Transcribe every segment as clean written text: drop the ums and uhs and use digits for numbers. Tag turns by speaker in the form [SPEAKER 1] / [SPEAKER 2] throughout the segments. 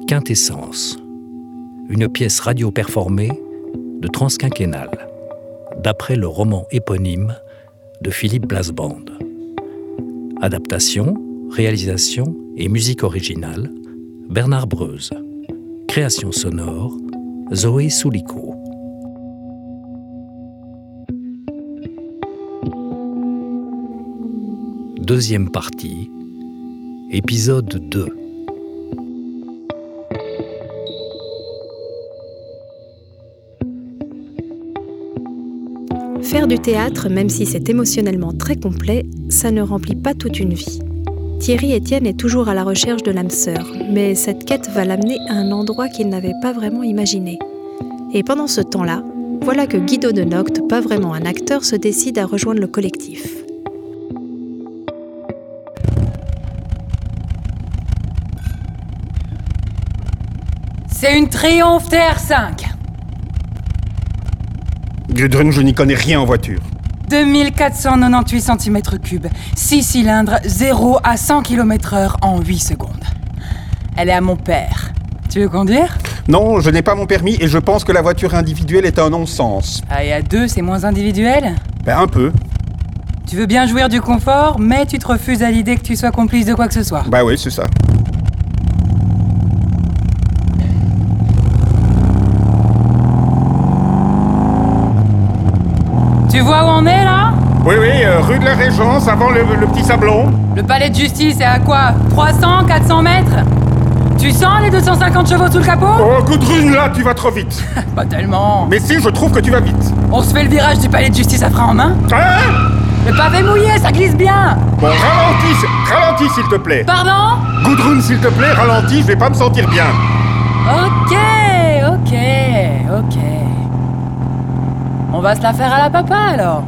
[SPEAKER 1] Quintessence, une pièce radio performée de Transquinquennale, d'après le roman éponyme de Philippe Blasband. Adaptation, réalisation et musique originale, Bernard Breuze. Création sonore, Zoé Soulico. Deuxième partie, épisode 2.
[SPEAKER 2] Faire du théâtre, même si c'est émotionnellement très complet, ça ne remplit pas toute une vie. Thierry Etienne est toujours à la recherche de l'âme sœur, mais cette quête va l'amener à un endroit qu'il n'avait pas vraiment imaginé. Et pendant ce temps-là, voilà que Guido de Nogt, pas vraiment un acteur, se décide à rejoindre le collectif.
[SPEAKER 3] C'est une Triumph TR5.
[SPEAKER 4] Gudrun, je n'y connais rien en voiture.
[SPEAKER 3] 2498 cm3, 6 cylindres, 0 à 100 km/h en 8 secondes. Elle est à mon père. Tu veux conduire ?
[SPEAKER 4] Non, je n'ai pas mon permis et je pense que la voiture individuelle est un non-sens.
[SPEAKER 3] Ah, et à deux, c'est moins individuel ?
[SPEAKER 4] Ben, un peu.
[SPEAKER 3] Tu veux bien jouir du confort, mais tu te refuses à l'idée que tu sois complice de quoi que ce soit.
[SPEAKER 4] Bah oui, c'est ça.
[SPEAKER 3] Tu vois où on est, là ?
[SPEAKER 4] Oui, rue de la Régence, avant le petit Sablon.
[SPEAKER 3] Le palais de justice est à quoi ? 300, 400 mètres ? Tu sens les 250 chevaux sous le capot ?
[SPEAKER 4] Oh, Gudrun, là, tu vas trop vite.
[SPEAKER 3] Pas tellement.
[SPEAKER 4] Mais si, je trouve que tu vas vite.
[SPEAKER 3] On se fait le virage du palais de justice à frein en main ?
[SPEAKER 4] Hein ?
[SPEAKER 3] Le pavé mouillé, ça glisse bien.
[SPEAKER 4] Bon, ralentis, s'il te plaît.
[SPEAKER 3] Pardon ?
[SPEAKER 4] Gudrun, s'il te plaît, ralentis, je vais pas me sentir bien.
[SPEAKER 3] Ok. On va se la faire à la papa, alors.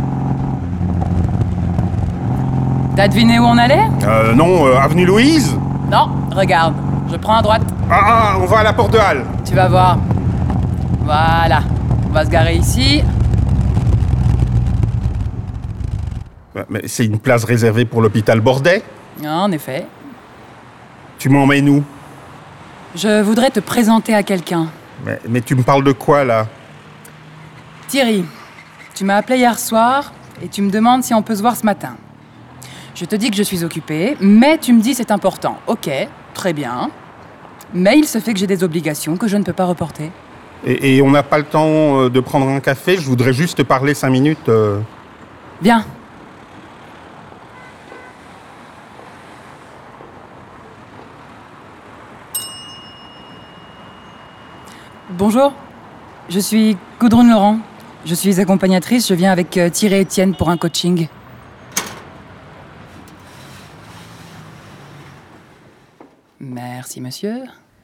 [SPEAKER 3] T'as deviné où on allait ?
[SPEAKER 4] Non, avenue Louise ?
[SPEAKER 3] Non, regarde, je prends à droite.
[SPEAKER 4] Ah, on va à la Porte de Halle.
[SPEAKER 3] Tu vas voir. Voilà, on va se garer ici.
[SPEAKER 4] Mais c'est une place réservée pour l'hôpital Bordet ?
[SPEAKER 3] En effet.
[SPEAKER 4] Tu m'emmènes où ?
[SPEAKER 3] Je voudrais te présenter à quelqu'un.
[SPEAKER 4] Mais tu me parles de quoi, là ?
[SPEAKER 3] Thierry, tu m'as appelé hier soir et tu me demandes si on peut se voir ce matin. Je te dis que je suis occupée, mais tu me dis c'est important. Ok, très bien. Mais il se fait que j'ai des obligations que je ne peux pas reporter.
[SPEAKER 4] Et on n'a pas le temps de prendre un café ? Je voudrais juste te parler 5 minutes.
[SPEAKER 3] Bien. Bonjour, je suis Gudrun Laurent. Je suis accompagnatrice, je viens avec Thierry Etienne pour un coaching. Merci, monsieur.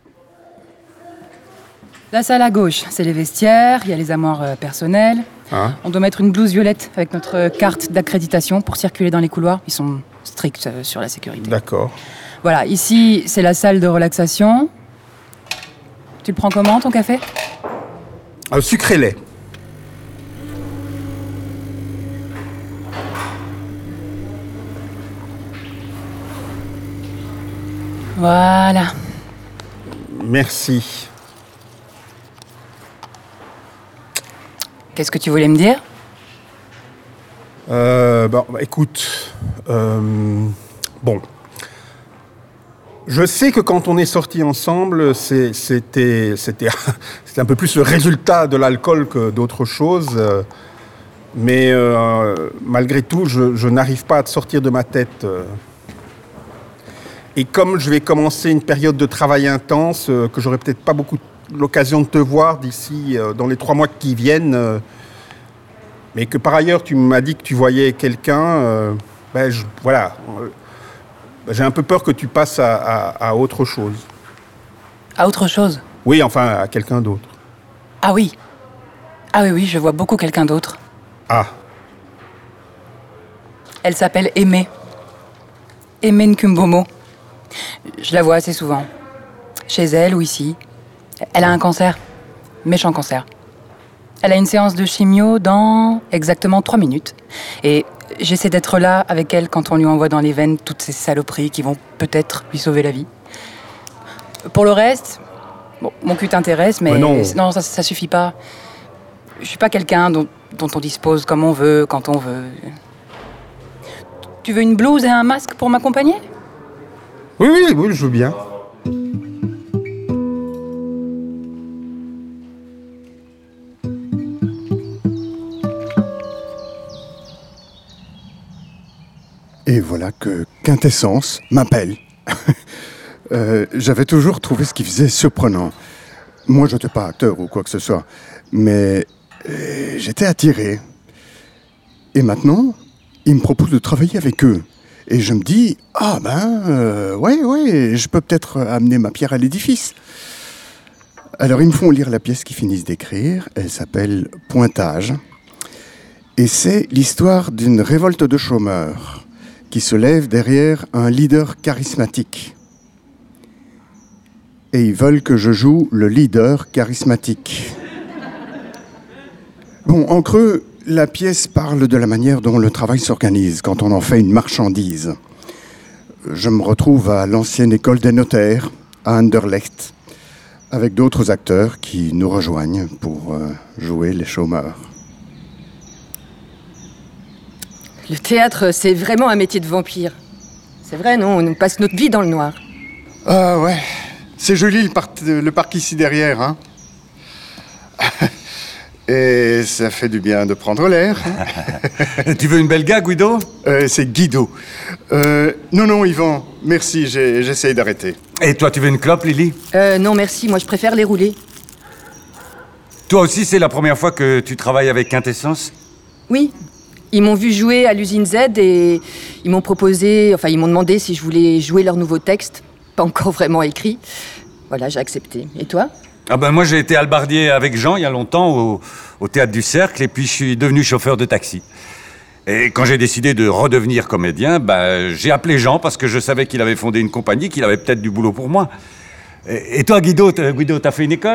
[SPEAKER 3] La salle à gauche, c'est les vestiaires, il y a les armoires personnelles.
[SPEAKER 4] Hein ?
[SPEAKER 3] On doit mettre une blouse violette avec notre carte d'accréditation pour circuler dans les couloirs. Ils sont stricts sur la sécurité.
[SPEAKER 4] D'accord.
[SPEAKER 3] Voilà, ici, c'est la salle de relaxation. Tu le prends comment, ton café ?
[SPEAKER 4] Sucré lait.
[SPEAKER 3] Voilà.
[SPEAKER 4] Merci.
[SPEAKER 3] Qu'est-ce que tu voulais me dire ?
[SPEAKER 4] Écoute, bon. Je sais que quand on est sortis ensemble, c'était un peu plus le résultat de l'alcool que d'autre chose. Mais malgré tout, je n'arrive pas à te sortir de ma tête. Et comme je vais commencer une période de travail intense, que j'aurai peut-être pas beaucoup l'occasion de te voir d'ici dans les 3 mois qui viennent, mais que par ailleurs tu m'as dit que tu voyais quelqu'un, voilà. J'ai un peu peur que tu passes à autre chose.
[SPEAKER 3] À autre chose ?
[SPEAKER 4] Oui, enfin, à quelqu'un d'autre.
[SPEAKER 3] Ah oui. Ah oui, je vois beaucoup quelqu'un d'autre.
[SPEAKER 4] Ah.
[SPEAKER 3] Elle s'appelle Aimée. Aimée Nkumbomo. Je la vois assez souvent. Chez elle ou ici. Elle a un cancer. Méchant cancer. Elle a une séance de chimio dans exactement 3 minutes. Et j'essaie d'être là avec elle quand on lui envoie dans les veines toutes ces saloperies qui vont peut-être lui sauver la vie. Pour le reste, bon, mon cul t'intéresse, mais
[SPEAKER 4] non,
[SPEAKER 3] ça suffit pas. Je suis pas quelqu'un dont on dispose comme on veut, quand on veut. Tu veux une blouse et un masque pour m'accompagner ?
[SPEAKER 4] Oui, je veux bien.
[SPEAKER 5] Et voilà que Quintessence m'appelle. J'avais toujours trouvé ce qu'il faisait surprenant. Moi, je n'étais pas acteur ou quoi que ce soit, mais j'étais attiré. Et maintenant, ils me proposent de travailler avec eux. Et je me dis, ouais, je peux peut-être amener ma pierre à l'édifice. Alors, ils me font lire la pièce qu'ils finissent d'écrire. Elle s'appelle Pointage. Et c'est l'histoire d'une révolte de chômeurs qui se lève derrière un leader charismatique. Et ils veulent que je joue le leader charismatique. Bon, en creux, la pièce parle de la manière dont le travail s'organise quand on en fait une marchandise. Je me retrouve à l'ancienne école des notaires, à Anderlecht, avec d'autres acteurs qui nous rejoignent pour jouer les chômeurs.
[SPEAKER 6] Le théâtre, c'est vraiment un métier de vampire. C'est vrai, non ? On passe notre vie dans le noir.
[SPEAKER 5] Ah ouais, c'est joli le parc ici derrière, hein. Et ça fait du bien de prendre l'air.
[SPEAKER 7] Tu veux une belle gag, Guido ?
[SPEAKER 5] C'est Guido. Non, Yvan, merci, j'essaye d'arrêter.
[SPEAKER 7] Et toi, tu veux une clope, Lily ?
[SPEAKER 6] Non, merci, moi je préfère les rouler.
[SPEAKER 7] Toi aussi, c'est la première fois que tu travailles avec Quintessence ?
[SPEAKER 6] Oui, ils m'ont vu jouer à l'usine Z et ils m'ont demandé si je voulais jouer leur nouveau texte. Pas encore vraiment écrit. Voilà, j'ai accepté. Et toi ?
[SPEAKER 7] Ah ben moi, j'ai été hallebardier avec Jean il y a longtemps au Théâtre du Cercle et puis je suis devenu chauffeur de taxi. Et quand j'ai décidé de redevenir comédien, j'ai appelé Jean parce que je savais qu'il avait fondé une compagnie, qu'il avait peut-être du boulot pour moi. Et toi, Guido, t'as fait une école ?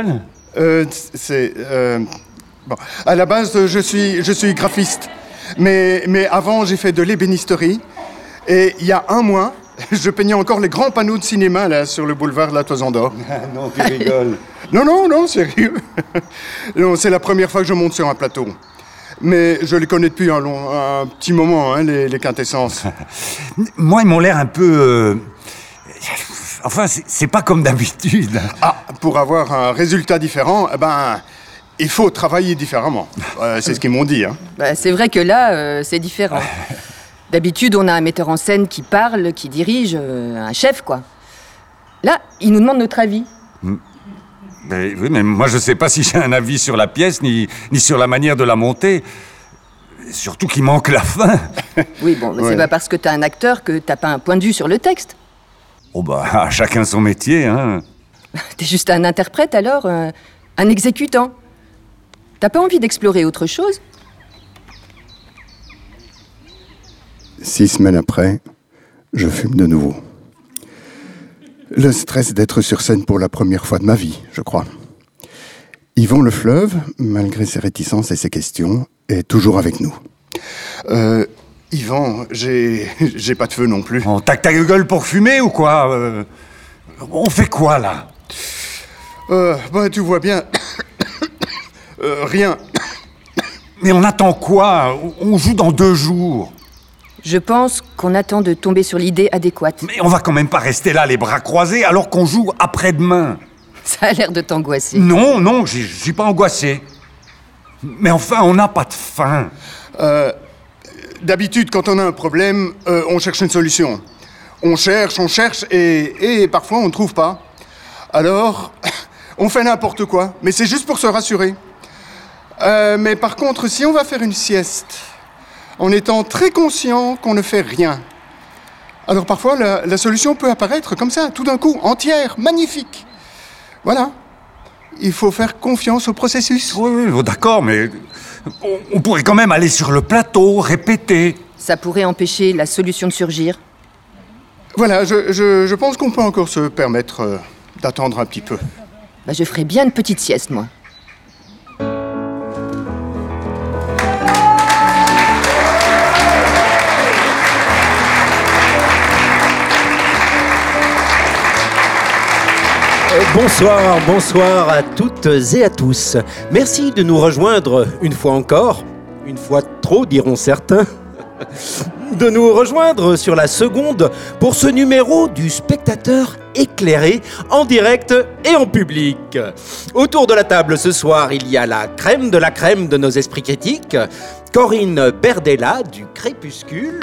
[SPEAKER 5] Bon, à la base, je suis graphiste. Mais avant, j'ai fait de l'ébénisterie. Et il y a un mois, je peignais encore les grands panneaux de cinéma là, sur le boulevard de la Toison d'Or.
[SPEAKER 7] Non, tu rigoles.
[SPEAKER 5] Non, sérieux. Non, c'est la première fois que je monte sur un plateau. Mais je les connais depuis un petit moment, hein, les Quintessences.
[SPEAKER 7] Moi, ils m'ont l'air un peu... Enfin, c'est pas comme d'habitude.
[SPEAKER 5] Ah, pour avoir un résultat différent, il faut travailler différemment. C'est ce qu'ils m'ont dit. Hein.
[SPEAKER 6] C'est vrai que là, c'est différent. D'habitude, on a un metteur en scène qui parle, qui dirige, un chef, quoi. Là, il nous demande notre avis.
[SPEAKER 7] Oui, mais moi, je sais pas si j'ai un avis sur la pièce, ni sur la manière de la monter. Surtout qu'il manque la fin.
[SPEAKER 6] Oui, bon, ouais. C'est pas parce que t'as un acteur que t'as pas un point de vue sur le texte.
[SPEAKER 7] Oh chacun son métier, hein.
[SPEAKER 6] T'es juste un interprète, alors, un exécutant. T'as pas envie d'explorer autre chose ?
[SPEAKER 5] 6 semaines après, je fume de nouveau. Le stress d'être sur scène pour la première fois de ma vie, je crois. Yvan Le Fleuve, malgré ses réticences et ses questions, est toujours avec nous. Yvan, j'ai pas de feu non plus.
[SPEAKER 7] Oh, t'as ta gueule pour fumer ou quoi On fait quoi, là
[SPEAKER 5] Tu vois bien... rien.
[SPEAKER 7] Mais on attend quoi ? On joue dans 2 jours.
[SPEAKER 6] Je pense qu'on attend de tomber sur l'idée adéquate.
[SPEAKER 7] Mais on va quand même pas rester là les bras croisés alors qu'on joue après-demain.
[SPEAKER 6] Ça a l'air de t'angoisser.
[SPEAKER 7] Non, je suis pas angoissé. Mais enfin, on n'a pas de faim.
[SPEAKER 5] D'habitude, quand on a un problème, on cherche une solution. On cherche, et parfois on ne trouve pas. Alors, on fait n'importe quoi, mais c'est juste pour se rassurer. Mais par contre, si on va faire une sieste, en étant très conscient qu'on ne fait rien, alors parfois la solution peut apparaître comme ça, tout d'un coup, entière, magnifique. Voilà. Il faut faire confiance au processus.
[SPEAKER 7] Oui, d'accord, mais on pourrait quand même aller sur le plateau, répéter.
[SPEAKER 6] Ça pourrait empêcher la solution de surgir.
[SPEAKER 5] Voilà, je pense qu'on peut encore se permettre d'attendre un petit peu.
[SPEAKER 6] Je ferais bien une petite sieste, moi.
[SPEAKER 8] Bonsoir à toutes et à tous. Merci de nous rejoindre une fois encore, une fois trop diront certains, de nous rejoindre sur la seconde pour ce numéro du Spectateur éclairé en direct et en public. Autour de la table ce soir, il y a la crème de nos esprits critiques, Corinne Berdella du Crépuscule.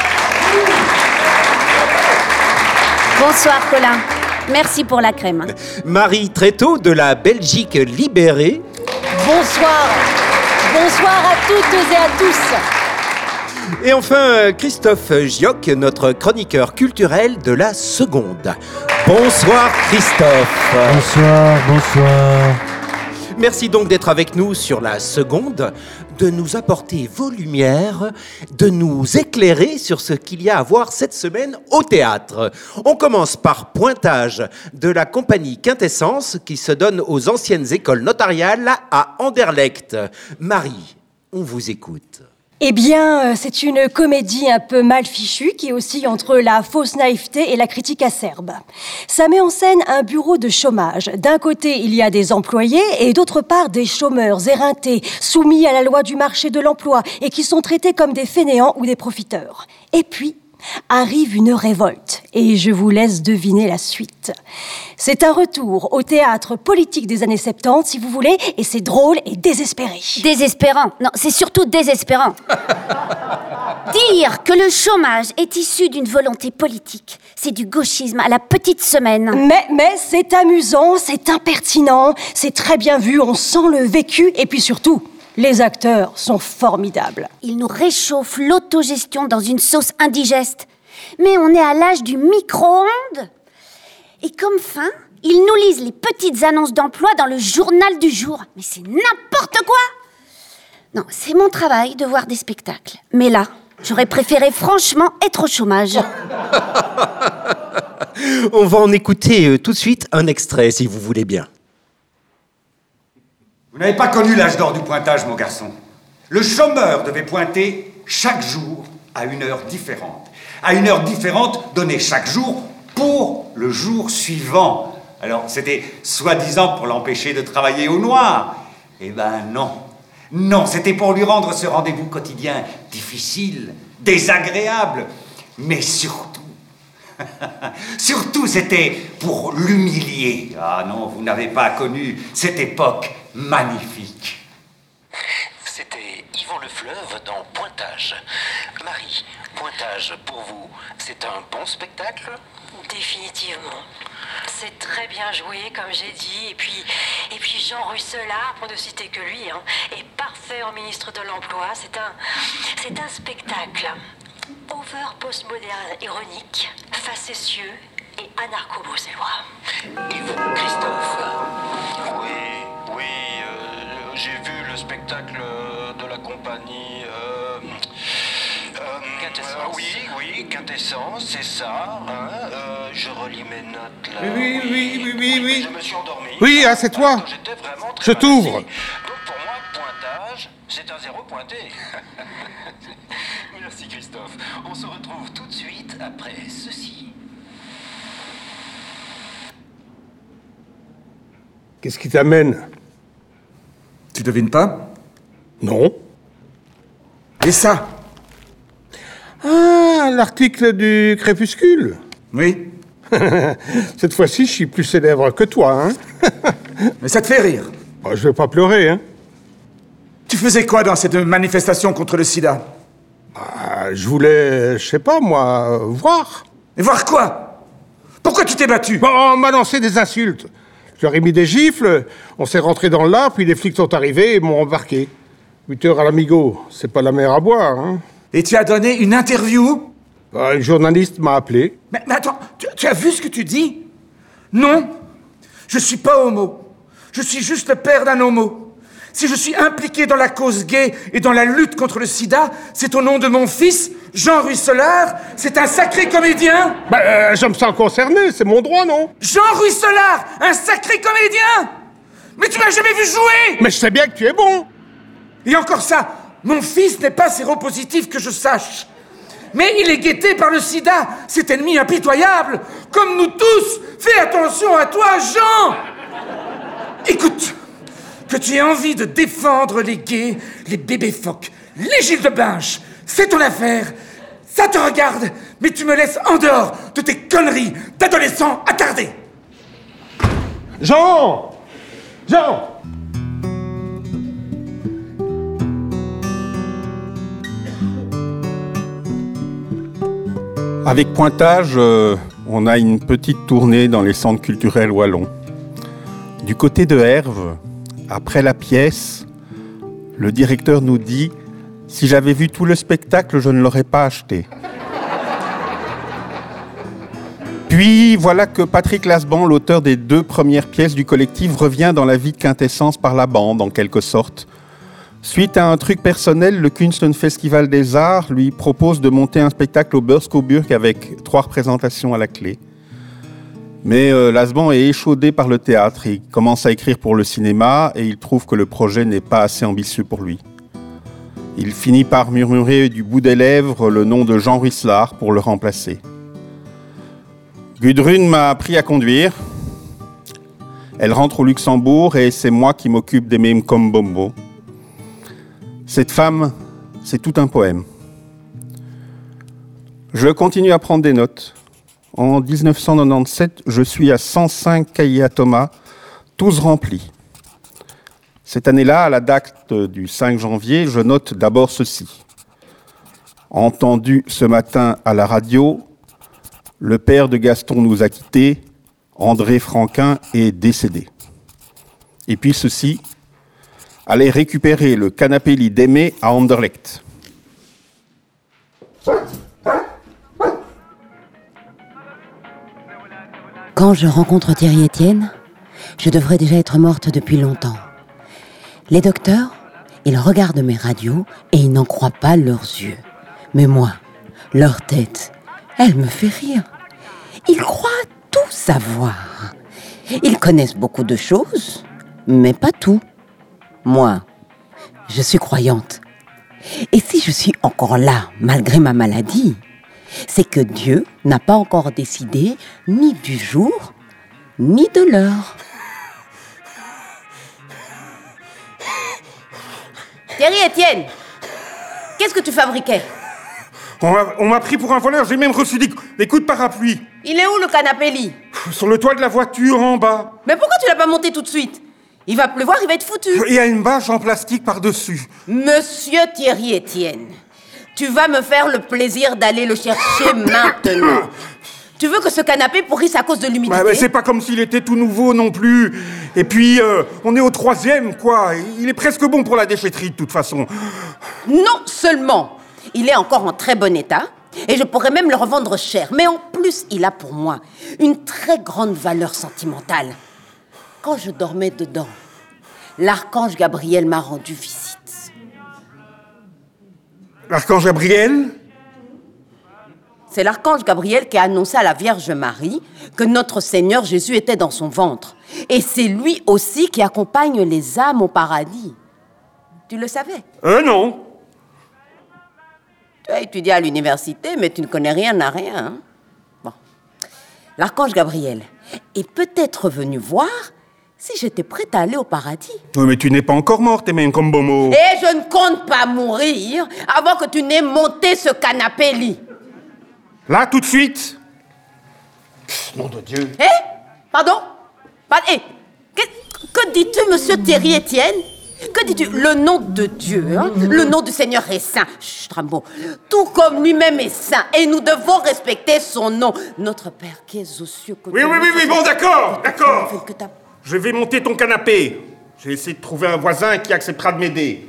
[SPEAKER 9] Bonsoir Colin, merci pour la crème.
[SPEAKER 8] Marie Tréteau de la Belgique libérée.
[SPEAKER 10] Bonsoir à toutes et à tous.
[SPEAKER 8] Et enfin, Christophe Gioc, notre chroniqueur culturel de la seconde. Bonsoir Christophe.
[SPEAKER 11] Bonsoir.
[SPEAKER 8] Merci donc d'être avec nous sur la seconde, de nous apporter vos lumières, de nous éclairer sur ce qu'il y a à voir cette semaine au théâtre. On commence par Pointage de la compagnie Quintessence qui se donne aux anciennes écoles notariales à Anderlecht. Marie, on vous écoute.
[SPEAKER 10] Eh bien, c'est une comédie un peu mal fichue qui oscille entre la fausse naïveté et la critique acerbe. Ça met en scène un bureau de chômage. D'un côté, il y a des employés et d'autre part des chômeurs éreintés, soumis à la loi du marché de l'emploi et qui sont traités comme des fainéants ou des profiteurs. Et puis, arrive une révolte et je vous laisse deviner la suite. C'est un retour au théâtre politique des années 70, si vous voulez, et c'est drôle et désespéré.
[SPEAKER 9] Désespérant. Non, c'est surtout désespérant. Dire que le chômage est issu d'une volonté politique, c'est du gauchisme à la petite semaine.
[SPEAKER 10] Mais c'est amusant, c'est impertinent, c'est très bien vu, on sent le vécu, et puis surtout, les acteurs sont formidables.
[SPEAKER 9] Ils nous réchauffent l'autogestion dans une sauce indigeste. Mais on est à l'âge du micro-ondes. Et comme fin, ils nous lisent les petites annonces d'emploi dans le journal du jour. Mais c'est n'importe quoi! Non, c'est mon travail de voir des spectacles. Mais là, j'aurais préféré franchement être au chômage.
[SPEAKER 8] On va en écouter tout de suite un extrait, si vous voulez bien.
[SPEAKER 7] Vous n'avez pas connu l'âge d'or du pointage, mon garçon. Le chômeur devait pointer chaque jour à une heure différente. À une heure différente donnée chaque jour pour le jour suivant. Alors, c'était soi-disant pour l'empêcher de travailler au noir. Eh ben non. Non, c'était pour lui rendre ce rendez-vous quotidien difficile, désagréable, mais surtout, c'était pour l'humilier. Ah non, vous n'avez pas connu cette époque magnifique.
[SPEAKER 12] C'était Yvan Le Fleuve dans Pointage. Marie, Pointage, pour vous, c'est un bon spectacle ?
[SPEAKER 13] Définitivement. C'est très bien joué, comme j'ai dit. Et puis Jean Russelard, pour ne citer que lui, est parfait en ministre de l'Emploi. C'est un spectacle over postmoderne ironique, facétieux et anarcho-bruxellois.
[SPEAKER 12] Et vous, Christophe ? Oui, j'ai vu le spectacle de la compagnie...
[SPEAKER 14] Quintessence.
[SPEAKER 12] Oui, Quintessence, c'est ça. Je relis mes notes là.
[SPEAKER 4] Oui.
[SPEAKER 12] Je me suis endormi.
[SPEAKER 4] Oui, c'est toi.
[SPEAKER 12] J'étais vraiment très
[SPEAKER 4] Je t'ouvre.
[SPEAKER 12] Donc pour moi, Pointage, c'est un zéro pointé. Merci Christophe. On se retrouve tout de suite après ceci.
[SPEAKER 4] Qu'est-ce qui t'amène ?
[SPEAKER 15] Tu devines pas ?
[SPEAKER 4] Non.
[SPEAKER 15] Et ça ?
[SPEAKER 4] Ah, l'article du Crépuscule.
[SPEAKER 15] Oui.
[SPEAKER 4] Cette fois-ci, je suis plus célèbre que toi,
[SPEAKER 15] Mais ça te fait rire.
[SPEAKER 4] Je vais pas pleurer,
[SPEAKER 15] Tu faisais quoi dans cette manifestation contre le sida ?
[SPEAKER 4] Je voulais, je sais pas moi, voir.
[SPEAKER 15] Et voir quoi ? Pourquoi tu t'es battu ?
[SPEAKER 4] On m'a lancé des insultes. Je leur ai mis des gifles, on s'est rentré dans l'art, puis les flics sont arrivés et m'ont embarqué. 8 heures à l'amigo, c'est pas la mer à boire,
[SPEAKER 15] Et tu as donné une interview ?
[SPEAKER 4] Une journaliste m'a appelé.
[SPEAKER 15] Mais attends, tu as vu ce que tu dis ? Non, je suis pas homo. Je suis juste le père d'un homo. Si je suis impliqué dans la cause gay et dans la lutte contre le sida, c'est au nom de mon fils, Jean Russelard. C'est un sacré comédien.
[SPEAKER 4] Je me sens concerné, c'est mon droit, non ?
[SPEAKER 15] Jean Russelard, un sacré comédien. Mais tu m'as jamais vu jouer.
[SPEAKER 4] Mais je sais bien que tu es bon.
[SPEAKER 15] Et encore ça, mon fils n'est pas séropositif que je sache. mais il est guetté par le sida, cet ennemi impitoyable. Comme nous tous, fais attention à toi, Jean. Écoute, que tu aies envie de défendre les gays, les bébés phoques, les Gilles de Binche, c'est ton affaire. Ça te regarde, mais tu me laisses en dehors de tes conneries d'adolescent attardé.
[SPEAKER 4] Jean! Jean! Avec Pointage, on a une petite tournée dans les centres culturels wallons. Du côté de Herve, après la pièce, le directeur nous dit « Si j'avais vu tout le spectacle, je ne l'aurais pas acheté ». Puis voilà que Patrick Lasban, l'auteur des 2 premières pièces du collectif, revient dans la vie de quintessence par la bande, en quelque sorte. Suite à un truc personnel, le Kunstenfestival des Arts lui propose de monter un spectacle au Beurs-Coburg avec 3 représentations à la clé. Mais Lasban est échaudé par le théâtre. Il commence à écrire pour le cinéma et il trouve que le projet n'est pas assez ambitieux pour lui. Il finit par murmurer du bout des lèvres le nom de Jean Ruisselard pour le remplacer. Gudrun m'a appris à conduire. Elle rentre au Luxembourg et c'est moi qui m'occupe des Meme comme Bombo. Cette femme, c'est tout un poème. Je continue à prendre des notes. En 1997, je suis à 105 cahiers à Thomas, tous remplis. Cette année-là, à la date du 5 janvier, je note d'abord ceci. Entendu ce matin à la radio, le père de Gaston nous a quittés, André Franquin est décédé. Et puis ceci, aller récupérer le canapé-lit d'Aimé à Anderlecht.
[SPEAKER 14] Quand je rencontre Thierry Etienne, je devrais déjà être morte depuis longtemps. Les docteurs, ils regardent mes radios et ils n'en croient pas leurs yeux. Mais moi, leur tête, elle me fait rire. Ils croient tout savoir. Ils connaissent beaucoup de choses, mais pas tout. Moi, je suis croyante. Et si je suis encore là, malgré ma maladie, c'est que Dieu n'a pas encore décidé ni du jour, ni de l'heure.
[SPEAKER 9] Thierry Etienne, qu'est-ce que tu fabriquais?
[SPEAKER 4] On m'a pris pour un voleur, j'ai même reçu des coups de parapluie.
[SPEAKER 9] Il est où le canapé-lit?
[SPEAKER 4] Sur le toit de la voiture, en bas.
[SPEAKER 9] Mais pourquoi tu l'as pas monté tout de suite? Il va pleuvoir, il va être foutu.
[SPEAKER 4] Il y a une bâche en plastique par-dessus.
[SPEAKER 9] Monsieur Thierry Etienne, tu vas me faire le plaisir d'aller le chercher maintenant. Tu veux que ce canapé pourrisse à cause de l'humidité?
[SPEAKER 4] Bah, c'est pas comme s'il était tout nouveau non plus. Et puis, on est au 3e, quoi. Il est presque bon pour la déchetterie, de toute façon.
[SPEAKER 9] Non seulement il est encore en très bon état, et je pourrais même le revendre cher, mais en plus, il a pour moi une très grande valeur sentimentale. Quand je dormais dedans, l'archange Gabriel m'a rendu visite.
[SPEAKER 4] L'archange Gabriel?
[SPEAKER 9] C'est l'archange Gabriel qui a annoncé à la Vierge Marie que notre Seigneur Jésus était dans son ventre. Et c'est lui aussi qui accompagne les âmes au paradis. Tu le savais?
[SPEAKER 4] Non.
[SPEAKER 9] Tu as étudié à l'université, mais tu ne connais rien à rien. Hein? Bon. L'archange Gabriel est peut-être venu voir si j'étais prête à aller au paradis.
[SPEAKER 4] Oui, mais tu n'es pas encore morte, même comme Bomo.
[SPEAKER 9] Et je ne compte pas mourir avant que tu n'aies monté ce canapé-lit.
[SPEAKER 4] Là, tout de suite? Nom de Dieu.
[SPEAKER 9] Pardon? Que dis-tu, monsieur Thierry Etienne? Que dis-tu? Le nom de Dieu, hein? Le nom du Seigneur est saint. Chut, Rambo. Tout comme lui-même est saint. Et nous devons respecter son nom. Notre Père qui es aux cieux.
[SPEAKER 4] Oui, bon, d'accord. Je vais monter ton canapé. J'ai essayé de trouver un voisin qui acceptera de m'aider.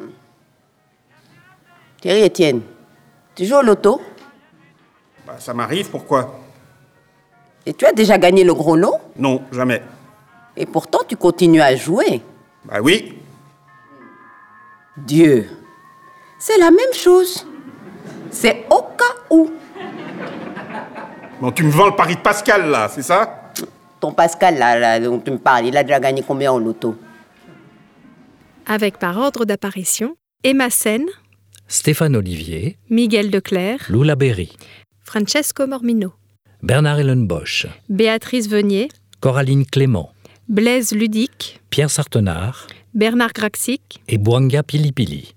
[SPEAKER 9] Thierry Etienne, tu joues au loto?
[SPEAKER 4] Ça m'arrive, pourquoi?
[SPEAKER 9] Et tu as déjà gagné le gros lot?
[SPEAKER 4] Non, jamais.
[SPEAKER 9] Et pourtant, tu continues à jouer.
[SPEAKER 4] Bah oui.
[SPEAKER 9] Dieu, c'est la même chose. C'est au cas où.
[SPEAKER 4] Bon, tu me vends le pari de Pascal, là, c'est ça?
[SPEAKER 9] Ton Pascal, là, dont tu me parles, il a déjà gagné combien au loto?
[SPEAKER 2] Avec par ordre d'apparition, Emma Sen,
[SPEAKER 1] Stéphane Olivier,
[SPEAKER 2] Miguel Declerc,
[SPEAKER 1] Lula Berry,
[SPEAKER 2] Francesco Mormino,
[SPEAKER 1] Bernard Ellenbosch,
[SPEAKER 2] Béatrice Venier,
[SPEAKER 1] Coraline Clément,
[SPEAKER 2] Blaise Ludic,
[SPEAKER 1] Pierre Sartenard
[SPEAKER 2] Bernard Graxic,
[SPEAKER 1] et Bouanga Pilipili.